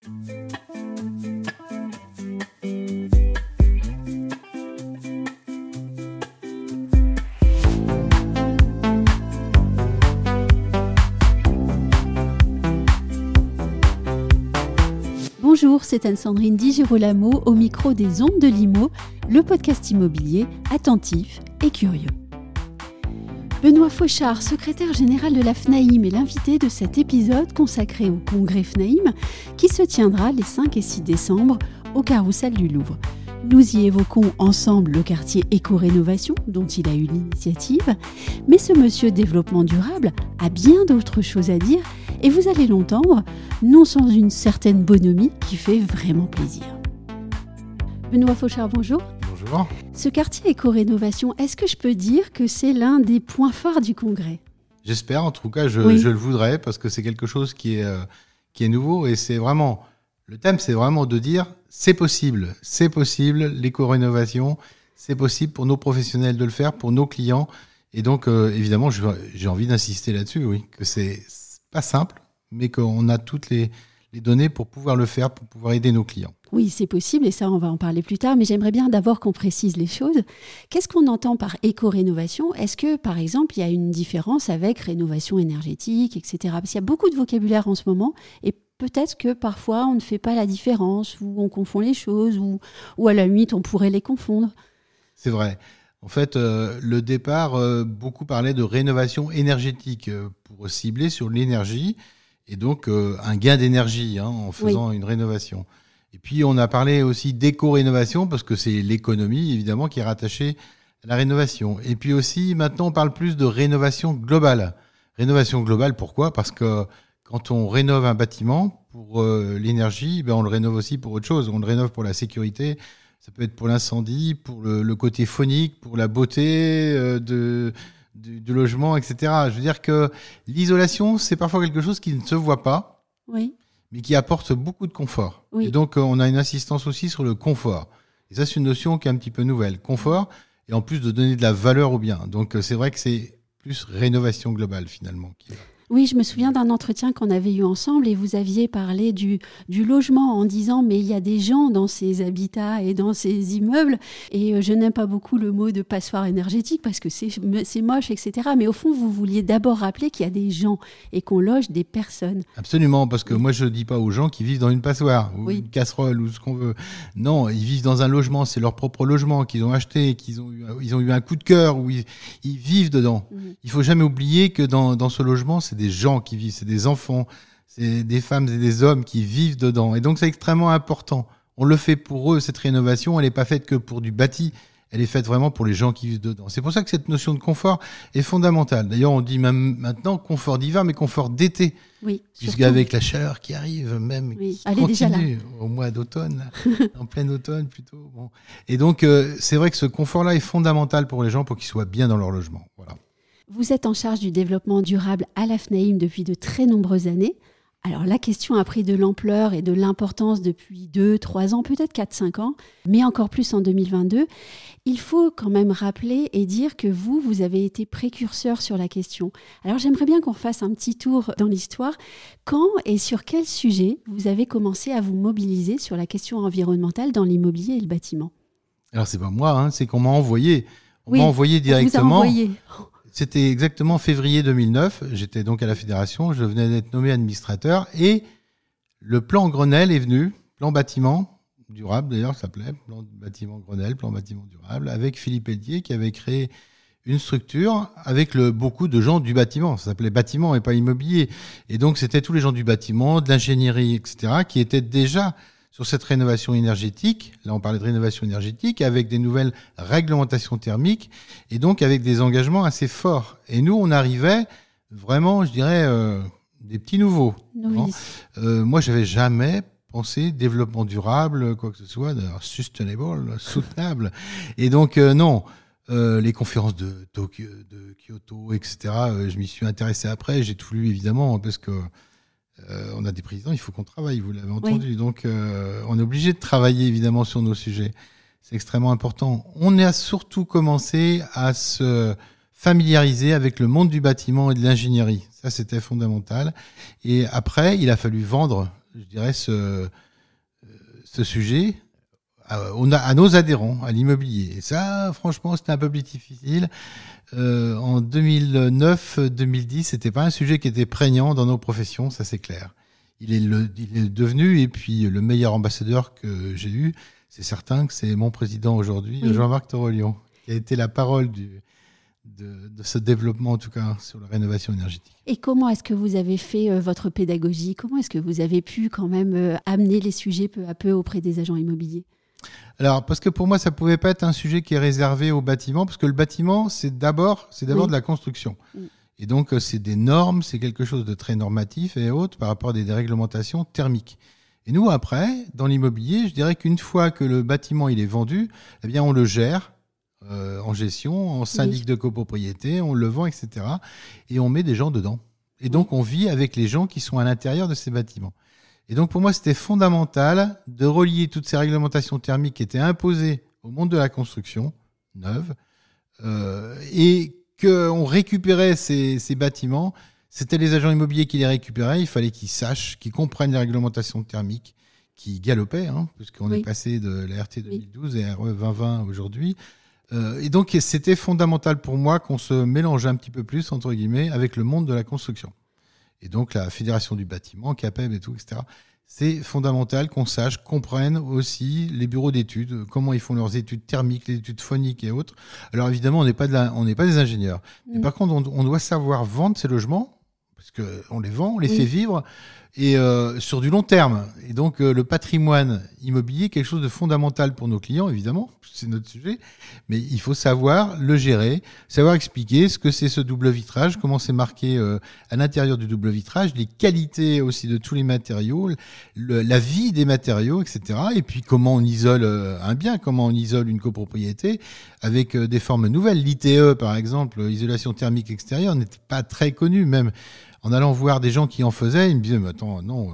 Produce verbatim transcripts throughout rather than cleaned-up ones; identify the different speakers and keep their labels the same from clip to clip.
Speaker 1: Bonjour, c'est Anne-Sandrine Di Girolamo au micro des Ondes de l'Imo, le podcast immobilier attentif et curieux. Benoît Fauchard, secrétaire général de la FNAIM, est l'invité de cet épisode consacré au congrès FNAIM qui se tiendra les cinq et six décembre au Carrousel du Louvre. Nous y évoquons ensemble le quartier éco-rénovation dont il a eu l'initiative, mais ce monsieur développement durable a bien d'autres choses à dire et vous allez l'entendre, non sans une certaine bonhomie qui fait vraiment plaisir. Benoît Fauchard, bonjour.
Speaker 2: Bonjour.
Speaker 1: Ce quartier éco-rénovation, est-ce que je peux dire que c'est l'un des points forts du congrès ?
Speaker 2: J'espère, en tout cas, je,
Speaker 1: oui.
Speaker 2: je le voudrais, parce que c'est quelque chose qui est, euh, qui est nouveau, et c'est vraiment, le thème, c'est vraiment de dire, c'est possible, c'est possible, l'éco-rénovation, c'est possible pour nos professionnels de le faire, pour nos clients, et donc, euh, évidemment, je, j'ai envie d'insister là-dessus, oui, que c'est pas simple, mais qu'on a toutes les, les données pour pouvoir le faire, pour pouvoir aider nos clients.
Speaker 1: Oui, c'est possible et ça, on va en parler plus tard, mais j'aimerais bien d'abord qu'on précise les choses. Qu'est-ce qu'on entend par éco-rénovation ? Est-ce que, par exemple, il y a une différence avec rénovation énergétique, et cetera. Parce qu'il y a beaucoup de vocabulaire en ce moment et peut-être que parfois, on ne fait pas la différence ou on confond les choses ou, ou à la limite, on pourrait les confondre.
Speaker 2: C'est vrai. En fait, euh, le départ, euh, beaucoup parlait de rénovation énergétique euh, pour cibler sur l'énergie et donc euh, un gain d'énergie hein, en faisant oui. une rénovation. Et puis, on a parlé aussi d'éco-rénovation parce que c'est l'économie, évidemment, qui est rattachée à la rénovation. Et puis aussi, maintenant, on parle plus de rénovation globale. Rénovation globale, pourquoi ? Parce que quand on rénove un bâtiment pour euh, l'énergie, ben, on le rénove aussi pour autre chose. On le rénove pour la sécurité. Ça peut être pour l'incendie, pour le, le côté phonique, pour la beauté euh, de, du, du logement, et cetera. Je veux dire que l'isolation, c'est parfois quelque chose qui ne se voit pas,
Speaker 1: oui.
Speaker 2: mais qui apporte beaucoup de confort.
Speaker 1: Oui.
Speaker 2: Et donc, on a une insistance aussi sur le confort. Et ça, c'est une notion qui est un petit peu nouvelle. Confort, et en plus de donner de la valeur au bien. Donc, c'est vrai que c'est plus rénovation globale, finalement, qui va.
Speaker 1: Oui, je me souviens d'un entretien qu'on avait eu ensemble et vous aviez parlé du, du logement en disant « mais il y a des gens dans ces habitats et dans ces immeubles » et je n'aime pas beaucoup le mot de passoire énergétique parce que c'est, c'est moche, et cetera. Mais au fond, vous vouliez d'abord rappeler qu'il y a des gens et qu'on loge des personnes.
Speaker 2: Absolument, parce que moi, je ne dis pas aux gens qui vivent dans une passoire ou
Speaker 1: oui.
Speaker 2: une casserole ou ce qu'on veut. Non, ils vivent dans un logement, c'est leur propre logement qu'ils ont acheté, qu'ils ont eu, ils ont eu un coup de cœur où ils, ils vivent dedans. Mmh. Il ne faut jamais oublier que dans, dans ce logement, c'est des gens qui vivent, c'est des enfants, c'est des femmes et des hommes qui vivent dedans. Et donc, c'est extrêmement important. On le fait pour eux, cette rénovation, elle n'est pas faite que pour du bâti, elle est faite vraiment pour les gens qui vivent dedans. C'est pour ça que cette notion de confort est fondamentale. D'ailleurs, on dit même maintenant confort d'hiver, mais confort d'été.
Speaker 1: Oui.
Speaker 2: Puisqu'avec la chaleur qui arrive, même
Speaker 1: oui.
Speaker 2: qui
Speaker 1: Allez,
Speaker 2: continue au mois d'automne, là, en plein automne plutôt. Bon. Et donc, euh, c'est vrai que ce confort-là est fondamental pour les gens pour qu'ils soient bien dans leur logement. Voilà.
Speaker 1: Vous êtes en charge du développement durable à la FNAIM depuis de très nombreuses années. Alors la question a pris de l'ampleur et de l'importance depuis deux, trois ans, peut-être quatre, cinq ans, mais encore plus en deux mille vingt-deux. Il faut quand même rappeler et dire que vous, vous avez été précurseur sur la question. Alors j'aimerais bien qu'on fasse un petit tour dans l'histoire. Quand et sur quel sujet vous avez commencé à vous mobiliser sur la question environnementale dans l'immobilier et le bâtiment ?
Speaker 2: Alors c'est pas moi, hein, c'est qu'on m'a envoyé. On
Speaker 1: oui,
Speaker 2: m'a envoyé directement.
Speaker 1: On vous a envoyé.
Speaker 2: C'était exactement février deux mille neuf. J'étais donc à la fédération. Je venais d'être nommé administrateur. Et le plan Grenelle est venu. Plan bâtiment durable, d'ailleurs, ça s'appelait. Plan bâtiment Grenelle, plan bâtiment durable. Avec Philippe Pelletier, qui avait créé une structure avec le, beaucoup de gens du bâtiment. Ça s'appelait bâtiment et pas immobilier. Et donc, c'était tous les gens du bâtiment, de l'ingénierie, et cetera, qui étaient déjà sur cette rénovation énergétique. Là, on parlait de rénovation énergétique avec des nouvelles réglementations thermiques et donc avec des engagements assez forts. Et nous, on arrivait vraiment, je dirais, euh, des petits nouveaux.
Speaker 1: Oui.
Speaker 2: Euh, moi, j'avais jamais pensé développement durable, quoi que ce soit, d'ailleurs, sustainable, soutenable. Et donc, euh, non, euh, les conférences de Tokyo, de Kyoto, et cetera, euh, je m'y suis intéressé après. J'ai tout lu, évidemment, parce que Euh, on a des présidents, il faut qu'on travaille, vous l'avez entendu. Oui. Donc, euh, on est obligé de travailler, évidemment, sur nos sujets. C'est extrêmement important. On a surtout commencé à se familiariser avec le monde du bâtiment et de l'ingénierie. Ça, c'était fondamental. Et après, il a fallu vendre je dirais, ce, ce sujet à, à nos adhérents, à l'immobilier. Et ça, franchement, c'était un peu plus difficile. Euh, en deux mille neuf deux mille dix, c'était pas un sujet qui était prégnant dans nos professions, ça c'est clair. Il est, le, il est devenu, et puis le meilleur ambassadeur que j'ai eu, c'est certain que c'est mon président aujourd'hui, oui. Jean-Marc Torolion, qui a été la parole du, de, de ce développement, en tout cas, sur la rénovation énergétique.
Speaker 1: Et comment est-ce que vous avez fait euh, votre pédagogie ? Comment est-ce que vous avez pu quand même euh, amener les sujets peu à peu auprès des agents immobiliers ?
Speaker 2: Alors, parce que pour moi, ça pouvait pas être un sujet qui est réservé au bâtiment, parce que le bâtiment, c'est d'abord, c'est d'abord oui. de la construction. Oui. Et donc, c'est des normes, c'est quelque chose de très normatif et autres par rapport à des déréglementations thermiques. Et nous, après, dans l'immobilier, je dirais qu'une fois que le bâtiment il est vendu, eh bien, on le gère euh, en gestion, en syndic oui. de copropriété, on le vend, et cetera. Et on met des gens dedans. Et donc, on vit avec les gens qui sont à l'intérieur de ces bâtiments. Et donc, pour moi, c'était fondamental de relier toutes ces réglementations thermiques qui étaient imposées au monde de la construction neuve euh, et qu'on récupérait ces, ces bâtiments. C'était les agents immobiliers qui les récupéraient. Il fallait qu'ils sachent, qu'ils comprennent les réglementations thermiques qui galopaient, hein, puisqu'on oui. est passé de la R T deux mille douze oui. et R E vingt vingt aujourd'hui. Euh, et donc, c'était fondamental pour moi qu'on se mélange un petit peu plus, entre guillemets, avec le monde de la construction. Et donc, la Fédération du bâtiment, CAPEB et tout, et cetera. C'est fondamental qu'on sache, comprenne aussi les bureaux d'études, comment ils font leurs études thermiques, les études phoniques et autres. Alors, évidemment, on n'est pas, de la, on n'est pas des ingénieurs. Mmh. Mais par contre, on, on doit savoir vendre ces logements, parce qu'on les vend, on les oui. fait vivre, et euh, sur du long terme. Et donc, euh, le patrimoine immobilier est quelque chose de fondamental pour nos clients, évidemment, c'est notre sujet, mais il faut savoir le gérer, savoir expliquer ce que c'est ce double vitrage, comment c'est marqué euh, à l'intérieur du double vitrage, les qualités aussi de tous les matériaux, le, la vie des matériaux, et cetera. Et puis, comment on isole euh, un bien, comment on isole une copropriété avec euh, des formes nouvelles. L'I T E, par exemple, isolation thermique extérieure, n'était pas très connue, même. En allant voir des gens qui en faisaient, ils me disaient, mais attends, non, euh,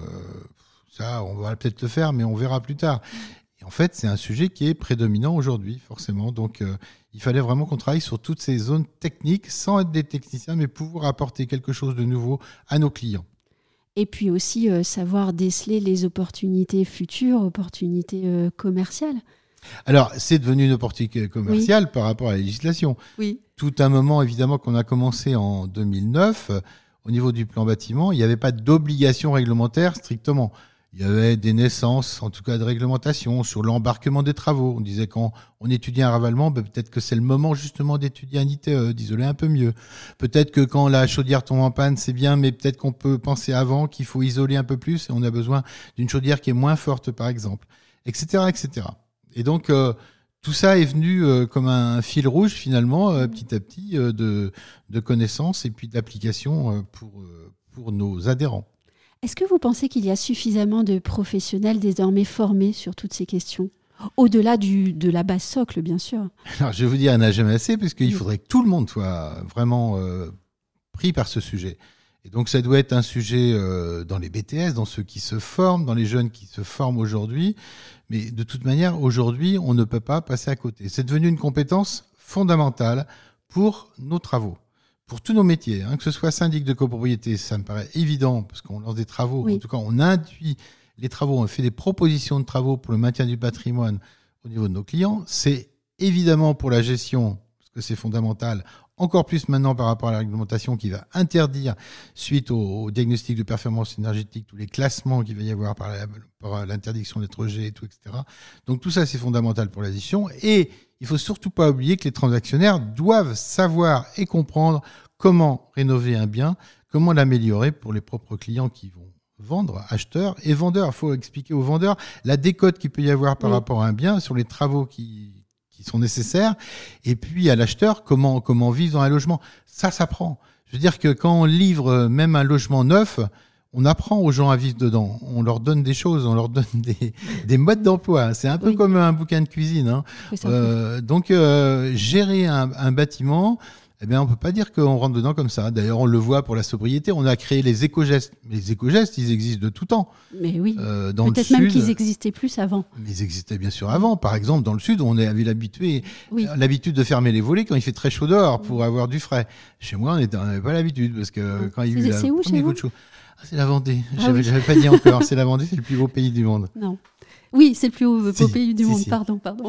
Speaker 2: ça, on va peut-être le faire, mais on verra plus tard. Et en fait, c'est un sujet qui est prédominant aujourd'hui, forcément. Donc, euh, il fallait vraiment qu'on travaille sur toutes ces zones techniques, sans être des techniciens, mais pouvoir apporter quelque chose de nouveau à nos clients.
Speaker 1: Et puis aussi, euh, savoir déceler les opportunités futures, opportunités euh, commerciales.
Speaker 2: Alors, c'est devenu une opportunité commerciale oui. par rapport à la législation.
Speaker 1: Oui.
Speaker 2: Tout un moment, évidemment, qu'on a commencé en deux mille neuf, au niveau du plan bâtiment, il n'y avait pas d'obligation réglementaire strictement. Il y avait des naissances, en tout cas de réglementation, sur l'embarquement des travaux. On disait quand on étudiait un ravalement, ben peut-être que c'est le moment justement d'étudier un I T E, d'isoler un peu mieux. Peut-être que quand la chaudière tombe en panne, c'est bien, mais peut-être qu'on peut penser avant qu'il faut isoler un peu plus et on a besoin d'une chaudière qui est moins forte, par exemple, et cetera, et cetera. Et donc, euh, tout ça est venu euh, comme un fil rouge finalement, euh, petit à petit, euh, de, de connaissances et puis d'applications euh, pour, euh, pour nos adhérents.
Speaker 1: Est-ce que vous pensez qu'il y a suffisamment de professionnels désormais formés sur toutes ces questions ? Au-delà du, de la base socle, bien sûr.
Speaker 2: Alors, je vais vous dire, il n'y en a jamais assez, puisqu'il oui. faudrait que tout le monde soit vraiment euh, pris par ce sujet. Et donc, ça doit être un sujet euh, dans les B T S, dans ceux qui se forment, dans les jeunes qui se forment aujourd'hui. Mais de toute manière, aujourd'hui, on ne peut pas passer à côté. C'est devenu une compétence fondamentale pour nos travaux, pour tous nos métiers. Hein, que ce soit syndic de copropriété, ça me paraît évident, parce qu'on lance des travaux. Oui. En tout cas, on induit les travaux, on fait des propositions de travaux pour le maintien du patrimoine au niveau de nos clients. C'est évidemment pour la gestion, parce que c'est fondamental, encore plus maintenant par rapport à la réglementation qui va interdire, suite au, au diagnostic de performance énergétique, tous les classements qu'il va y avoir par, la, par l'interdiction d'être rejet et tout, et cetera. Donc tout ça, c'est fondamental pour la gestion. Et il faut surtout pas oublier que les transactionnaires doivent savoir et comprendre comment rénover un bien, comment l'améliorer pour les propres clients qui vont vendre, acheteurs et vendeurs. Il faut expliquer aux vendeurs la décote qu'il peut y avoir par oui. rapport à un bien sur les travaux qui... qui sont nécessaires, et puis à l'acheteur, comment, comment vivre dans un logement. Ça s'apprend. Je veux dire que quand on livre même un logement neuf, on apprend aux gens à vivre dedans. On leur donne des choses, on leur donne des, des modes d'emploi. C'est un peu oui. comme un bouquin de cuisine. Hein. Oui, euh, donc, euh, gérer un, un bâtiment, eh bien, on peut pas dire qu'on rentre dedans comme ça. D'ailleurs, on le voit pour la sobriété. On a créé les éco-gestes. Mais les éco-gestes, ils existent de tout temps.
Speaker 1: Mais oui.
Speaker 2: Euh, dans
Speaker 1: Peut-être
Speaker 2: le
Speaker 1: même
Speaker 2: sud,
Speaker 1: qu'ils existaient plus avant.
Speaker 2: Mais ils existaient bien sûr avant. Par exemple, dans le sud, on avait l'habitude,
Speaker 1: oui.
Speaker 2: l'habitude de fermer les volets quand il fait très chaud dehors pour avoir du frais. Chez moi, on n'avait pas l'habitude parce que quand il y a eu le premier coup de chaud. Ah, c'est la Vendée.
Speaker 1: Ah
Speaker 2: j'avais,
Speaker 1: oui.
Speaker 2: j'avais pas dit encore. C'est la Vendée, c'est le plus beau pays du monde.
Speaker 1: Non. Oui, c'est le plus haut beau
Speaker 2: Si,
Speaker 1: pays du
Speaker 2: si,
Speaker 1: monde.
Speaker 2: si.
Speaker 1: Pardon, pardon.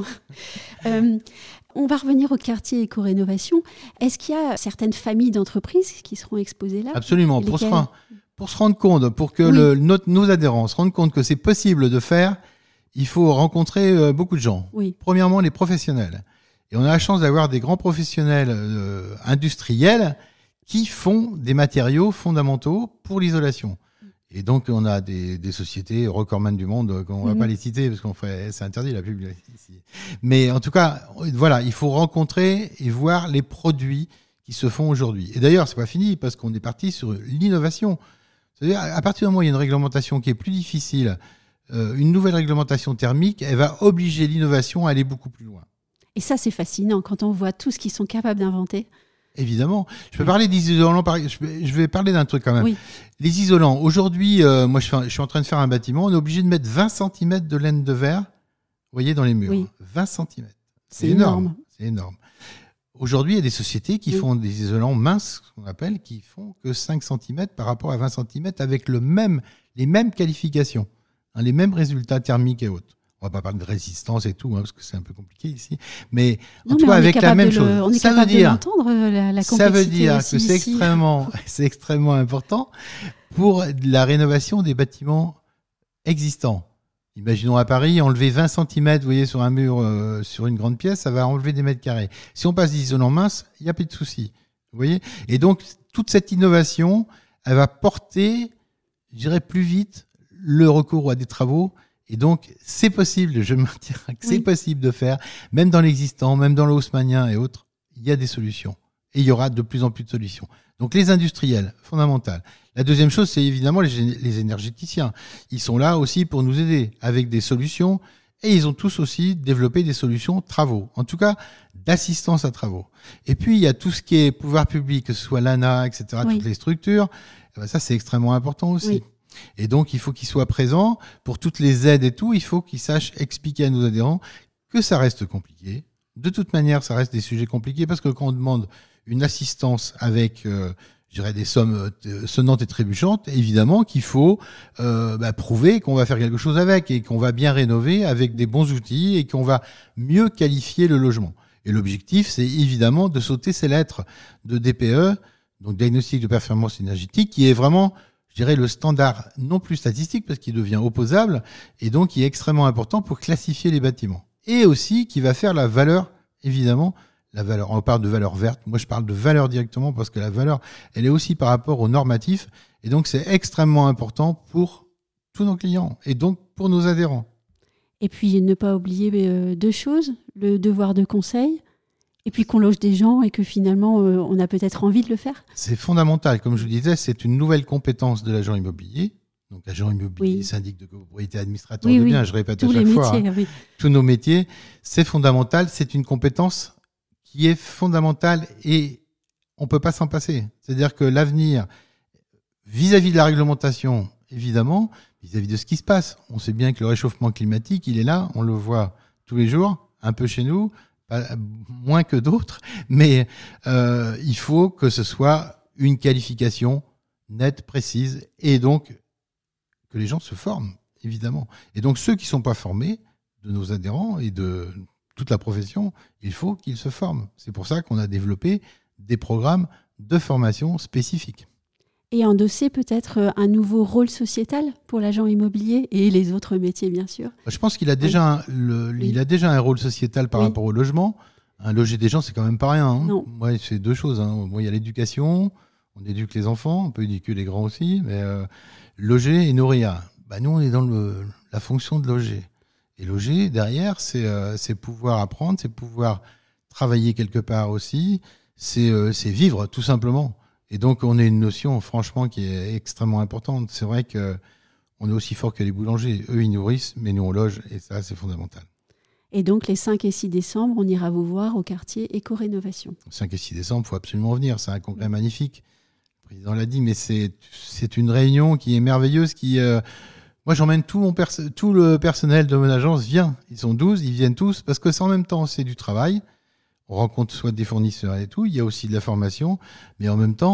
Speaker 1: euh, on va revenir au quartier éco-rénovation. Est-ce qu'il y a certaines familles d'entreprises qui seront exposées là?
Speaker 2: Absolument. Pour se,
Speaker 1: Lesquelles?
Speaker 2: rendre, pour se rendre compte, pour que
Speaker 1: Oui.
Speaker 2: le, notre, nos adhérents se rendent compte que c'est possible de faire, il faut rencontrer euh, beaucoup de gens.
Speaker 1: Oui.
Speaker 2: Premièrement, les professionnels. Et on a la chance d'avoir des grands professionnels euh, industriels qui font des matériaux fondamentaux pour l'isolation. Et donc, on a des, des sociétés recordman du monde, qu'on ne va
Speaker 1: Mhm.
Speaker 2: pas les citer, parce qu'on fait, c'est interdit la pub ici. Mais en tout cas, voilà, il faut rencontrer et voir les produits qui se font aujourd'hui. Et d'ailleurs, c'est pas fini, parce qu'on est parti sur l'innovation. C'est-à-dire, à partir du moment où il y a une réglementation qui est plus difficile, euh, une nouvelle réglementation thermique, elle va obliger l'innovation à aller beaucoup plus loin.
Speaker 1: Et ça, c'est fascinant quand on voit tout ce qu'ils sont capables d'inventer.
Speaker 2: Évidemment. Je peux parler des isolants. par- Je vais- je vais parler d'un truc quand même.
Speaker 1: Oui.
Speaker 2: Les isolants. Aujourd'hui, euh, moi, je, fais, je suis en train de faire un bâtiment. On est obligé de mettre vingt centimètres de laine de verre, vous voyez, dans les murs.
Speaker 1: Oui.
Speaker 2: vingt centimètres.
Speaker 1: C'est énorme.
Speaker 2: C'est énorme. Aujourd'hui, il y a des sociétés qui
Speaker 1: Oui.
Speaker 2: font des isolants minces, ce qu'on appelle, qui font que cinq centimètres par rapport à vingt centimètres avec le même, les mêmes qualifications, hein, les mêmes résultats thermiques et autres. On va pas parler de résistance et tout, hein, parce que c'est un peu compliqué ici. Mais en
Speaker 1: Non,
Speaker 2: tout
Speaker 1: mais
Speaker 2: cas,
Speaker 1: on est
Speaker 2: avec la
Speaker 1: capable
Speaker 2: même
Speaker 1: de
Speaker 2: chose.
Speaker 1: le- on est
Speaker 2: Ça veut
Speaker 1: capable de
Speaker 2: dire,
Speaker 1: l'entendre, la, la
Speaker 2: ça veut
Speaker 1: complexité
Speaker 2: dire
Speaker 1: aussi
Speaker 2: que c'est
Speaker 1: ici.
Speaker 2: extrêmement, c'est extrêmement important pour la rénovation des bâtiments existants. Imaginons à Paris, enlever vingt centimètres, vous voyez, sur un mur, euh, sur une grande pièce, ça va enlever des mètres carrés. Si on passe d'isolant mince, il n'y a plus de souci. Vous voyez? Et donc, toute cette innovation, elle va porter, je dirais, plus vite le recours à des travaux. Et donc, c'est possible, je maintiens que c'est
Speaker 1: Oui.
Speaker 2: possible de faire, même dans l'existant, même dans le haussmannien et autres, il y a des solutions. Et il y aura de plus en plus de solutions. Donc, les industriels, fondamental. La deuxième chose, c'est évidemment les, gé- les énergéticiens. Ils sont là aussi pour nous aider avec des solutions. Et ils ont tous aussi développé des solutions travaux. En tout cas, d'assistance à travaux. Et puis, il y a tout ce qui est pouvoir public, que ce soit l'A N A, et cetera,
Speaker 1: Oui.
Speaker 2: toutes les structures. Eh ben, ça, c'est extrêmement important aussi.
Speaker 1: Oui.
Speaker 2: Et donc, il faut qu'ils soient présents pour toutes les aides et tout. Il faut qu'ils sachent expliquer à nos adhérents que ça reste compliqué. De toute manière, ça reste des sujets compliqués parce que quand on demande une assistance avec, euh, je dirais, des sommes euh, sonnantes et trébuchantes, évidemment qu'il faut euh, bah, prouver qu'on va faire quelque chose avec et qu'on va bien rénover avec des bons outils et qu'on va mieux qualifier le logement. Et l'objectif, c'est évidemment de sauter ces lettres de D P E, donc diagnostic de performance énergétique, qui est vraiment, je dirais, le standard non plus statistique parce qu'il devient opposable et donc qui est extrêmement important pour classifier les bâtiments. Et aussi qui va faire la valeur, évidemment, la valeur. On parle de valeur verte. Moi, je parle de valeur directement parce que la valeur, elle est aussi par rapport aux normatifs. Et donc, c'est extrêmement important pour tous nos clients et donc pour nos adhérents.
Speaker 1: Et puis, ne pas oublier euh, deux choses, le devoir de conseil, et puis qu'on loge des gens et que finalement, euh, on a peut-être envie de le faire.
Speaker 2: C'est fondamental. Comme je vous disais, c'est une nouvelle compétence de l'agent immobilier. Donc, agent immobilier,
Speaker 1: Oui.
Speaker 2: syndic de copropriété, administrateur
Speaker 1: Oui,
Speaker 2: de
Speaker 1: oui.
Speaker 2: biens, je répète
Speaker 1: Tous
Speaker 2: à chaque
Speaker 1: les
Speaker 2: fois.
Speaker 1: métiers,
Speaker 2: hein.
Speaker 1: oui.
Speaker 2: Tous nos métiers, c'est fondamental. C'est une compétence qui est fondamentale et on peut pas s'en passer. C'est-à-dire que l'avenir, vis-à-vis de la réglementation, évidemment, vis-à-vis de ce qui se passe, on sait bien que le réchauffement climatique, il est là, on le voit tous les jours, un peu chez nous, pas, moins que d'autres, mais euh, il faut que ce soit une qualification nette, précise, et donc que les gens se forment, évidemment. Et donc ceux qui ne sont pas formés, de nos adhérents et de toute la profession, il faut qu'ils se forment. C'est pour ça qu'on a développé des programmes de formation spécifiques.
Speaker 1: Et endosser peut-être un nouveau rôle sociétal pour l'agent immobilier et les autres métiers, bien sûr.
Speaker 2: Je pense qu'il a déjà, oui. un, le, oui. il a déjà un rôle sociétal par oui. rapport au logement. Un loger des gens, c'est quand même pas rien. Hein.
Speaker 1: Non.
Speaker 2: Moi, c'est deux choses. Hein. Moi, il y a l'éducation, on éduque les enfants, on peut éduquer les grands aussi, mais euh, loger et nourrir. Bah, nous, on est dans le, la fonction de loger. Et loger, derrière, c'est, euh, c'est pouvoir apprendre, c'est pouvoir travailler quelque part aussi, c'est, euh, c'est vivre, tout simplement. Et donc, on a une notion, franchement, qui est extrêmement importante. C'est vrai qu'on est aussi fort que les boulangers. Eux, ils nourrissent, mais nous, on loge, et ça, c'est fondamental.
Speaker 1: Et donc, les cinq et six décembre, on ira vous voir au quartier Éco-Rénovation.
Speaker 2: cinq et six décembre, il faut absolument venir. C'est un congrès magnifique. Le président l'a dit, mais c'est, c'est une réunion qui est merveilleuse, qui... Euh, moi, j'emmène tout, mon perso- tout le personnel de mon agence vient. Ils sont douze, ils viennent tous, parce que c'est en même temps, c'est du travail. On rencontre soit des fournisseurs et tout. Il y a aussi de la formation. Mais en même temps,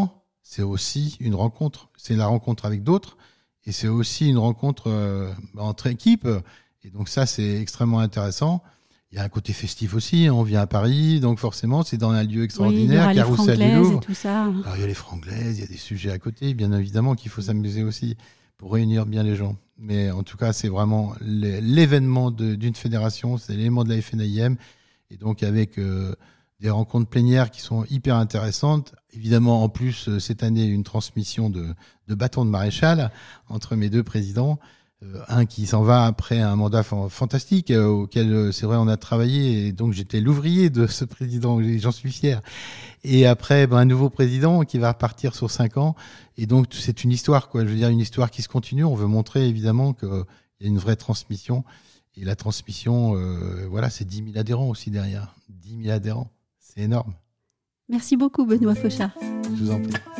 Speaker 2: c'est aussi une rencontre. C'est la rencontre avec d'autres et c'est aussi une rencontre euh, entre équipes. Et donc ça, c'est extrêmement intéressant. Il y a un côté festif aussi. On vient à Paris, donc forcément, c'est dans un lieu extraordinaire.
Speaker 1: Oui, il y aura les
Speaker 2: Carrousel du
Speaker 1: franglaises
Speaker 2: Louvre.
Speaker 1: et tout ça.
Speaker 2: Alors, il y a les franglaises, il y a des sujets à côté, bien évidemment, qu'il faut s'amuser aussi pour réunir bien les gens. Mais en tout cas, c'est vraiment l'événement de, d'une fédération, c'est l'élément de la F N I M. Et donc, avec euh, des rencontres plénières qui sont hyper intéressantes. Évidemment, en plus, cette année, une transmission de, de bâton de maréchal entre mes deux présidents. Euh, un qui s'en va après un mandat f- fantastique euh, auquel, euh, c'est vrai, on a travaillé. Et donc, j'étais l'ouvrier de ce président, et j'en suis fier. Et après, ben, un nouveau président qui va repartir sur cinq ans. Et donc, c'est une histoire, quoi. Je veux dire, une histoire qui se continue. On veut montrer, évidemment, qu'il y a une vraie transmission. Et la transmission, euh, voilà, c'est dix mille adhérents aussi derrière. dix mille adhérents. C'est énorme.
Speaker 1: Merci beaucoup, Benoît Fauchard.
Speaker 2: Je vous en prie.